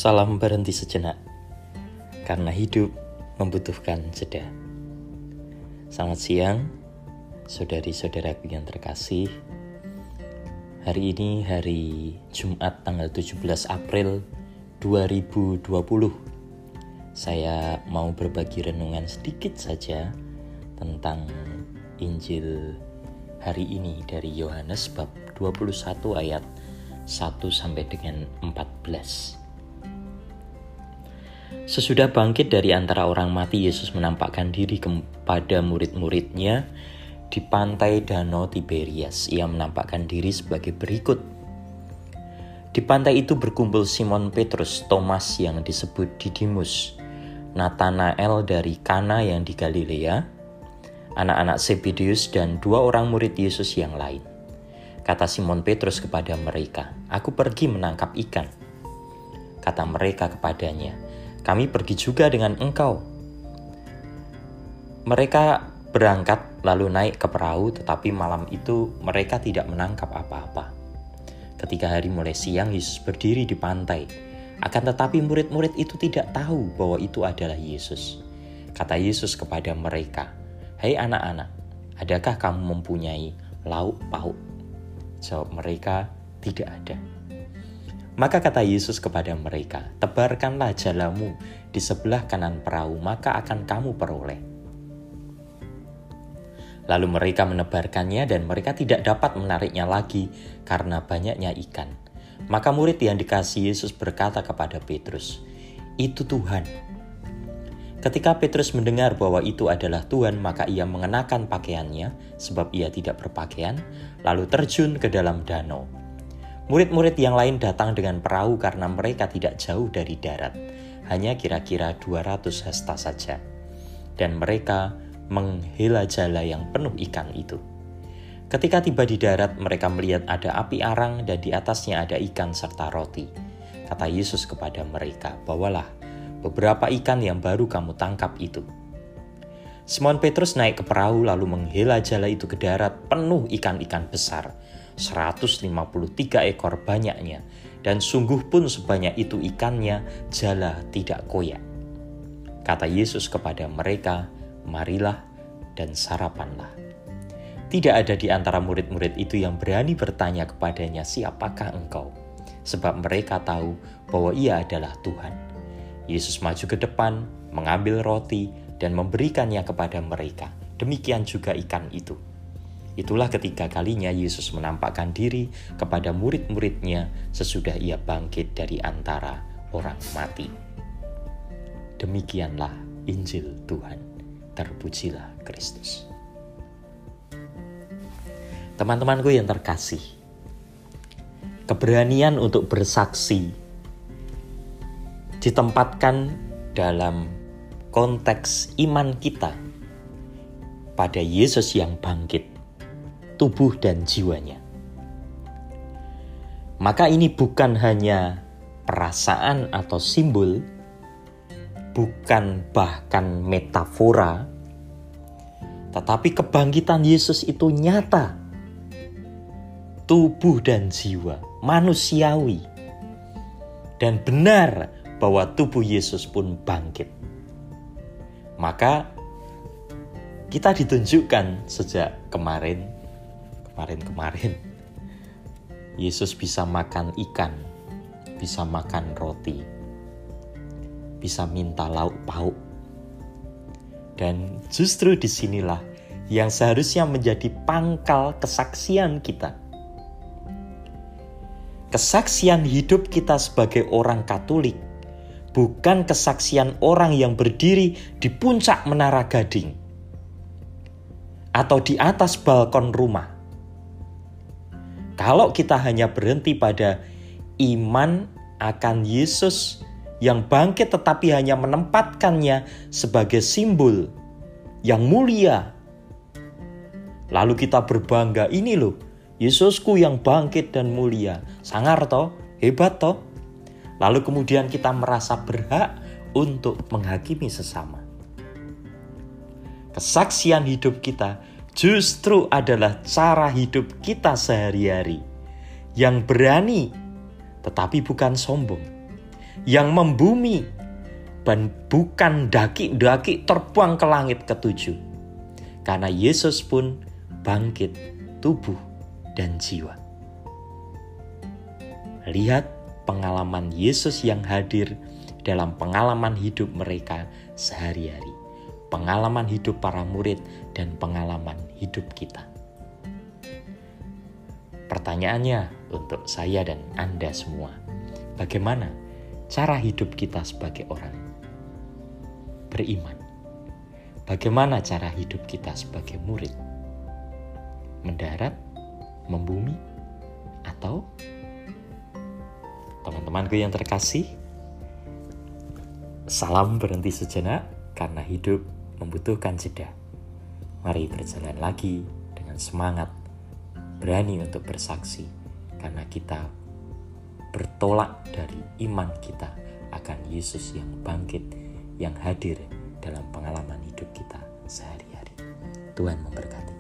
Salam berhenti sejenak, karena hidup membutuhkan jeda. Selamat siang, saudari-saudaraku yang terkasih. Hari ini hari Jumat tanggal 17 April 2020. Saya mau berbagi renungan sedikit saja tentang Injil hari ini dari Yohanes bab 21 ayat 1 sampai dengan 14. Sesudah bangkit dari antara orang mati, Yesus menampakkan diri kepada murid-muridnya di pantai Danau Tiberias. Ia menampakkan diri sebagai berikut. Di pantai itu berkumpul Simon Petrus, Thomas yang disebut Didimus, Natanael dari Kana yang di Galilea, anak-anak Zebedeus dan dua orang murid Yesus yang lain. Kata Simon Petrus kepada mereka, "Aku pergi menangkap ikan." Kata mereka kepadanya, "Kami pergi juga dengan engkau." Mereka berangkat lalu naik ke perahu, tetapi malam itu mereka tidak menangkap apa-apa. Ketika hari mulai siang, Yesus berdiri di pantai. Akan tetapi murid-murid itu tidak tahu bahwa itu adalah Yesus. Kata Yesus kepada mereka, "Hai anak-anak, adakah kamu mempunyai lauk pauk?" Jawab mereka, "Tidak ada." Maka kata Yesus kepada mereka, "Tebarkanlah jalamu di sebelah kanan perahu, maka akan kamu peroleh." Lalu mereka menebarkannya dan mereka tidak dapat menariknya lagi karena banyaknya ikan. Maka murid yang dikasihi Yesus berkata kepada Petrus, "Itu Tuhan." Ketika Petrus mendengar bahwa itu adalah Tuhan, maka ia mengenakan pakaiannya sebab ia tidak berpakaian, lalu terjun ke dalam danau. Murid-murid yang lain datang dengan perahu karena mereka tidak jauh dari darat, hanya kira-kira 200 hasta saja. Dan mereka menghela jala yang penuh ikan itu. Ketika tiba di darat, mereka melihat ada api arang dan di atasnya ada ikan serta roti. Kata Yesus kepada mereka, "Bawalah beberapa ikan yang baru kamu tangkap itu." Simon Petrus naik ke perahu lalu menghela jala itu ke darat penuh ikan-ikan besar, 153 ekor banyaknya, dan sungguh pun sebanyak itu ikannya jala tidak koyak. Kata Yesus kepada mereka, "Marilah dan sarapanlah." Tidak ada di antara murid-murid itu yang berani bertanya kepadanya, "Siapakah engkau?" Sebab mereka tahu bahwa ia adalah Tuhan. Yesus maju ke depan, mengambil roti dan memberikannya kepada mereka. Demikian juga ikan itu. Itulah ketiga kalinya Yesus menampakkan diri kepada murid-muridnya sesudah ia bangkit dari antara orang mati. Demikianlah Injil Tuhan. Terpujilah Kristus. Teman-temanku yang terkasih, keberanian untuk bersaksi ditempatkan dalam konteks iman kita pada Yesus yang bangkit, tubuh dan jiwanya. Maka ini bukan hanya perasaan atau simbol, bukan bahkan metafora, tetapi kebangkitan Yesus itu nyata. Tubuh dan jiwa, manusiawi. Dan benar bahwa tubuh Yesus pun bangkit. Maka kita ditunjukkan sejak kemarin Yesus bisa makan ikan, bisa makan roti, bisa minta lauk pauk. Dan justru disinilah yang seharusnya menjadi pangkal kesaksian kita. Kesaksian hidup kita sebagai orang Katolik bukan kesaksian orang yang berdiri di puncak Menara Gading atau di atas balkon rumah. Kalau kita hanya berhenti pada iman akan Yesus yang bangkit tetapi hanya menempatkannya sebagai simbol yang mulia, lalu kita berbangga, "Ini loh Yesusku yang bangkit dan mulia." Sangar toh, hebat toh. Lalu kemudian kita merasa berhak untuk menghakimi sesama. Kesaksian hidup kita justru adalah cara hidup kita sehari-hari yang berani tetapi bukan sombong, yang membumi dan bukan daki-daki terbang ke langit ketujuh. Karena Yesus pun bangkit tubuh dan jiwa. Lihat pengalaman Yesus yang hadir dalam pengalaman hidup mereka sehari-hari. Pengalaman hidup para murid dan pengalaman hidup kita. Pertanyaannya untuk saya dan Anda semua, bagaimana cara hidup kita sebagai orang beriman? Bagaimana cara hidup kita sebagai murid? Mendarat, membumi, atau teman-temanku yang terkasih, salam berhenti sejenak karena hidup membutuhkan jeda. Mari berjalan lagi dengan semangat, berani untuk bersaksi, karena kita bertolak dari iman kita akan Yesus yang bangkit, yang hadir dalam pengalaman hidup kita sehari-hari. Tuhan memberkati.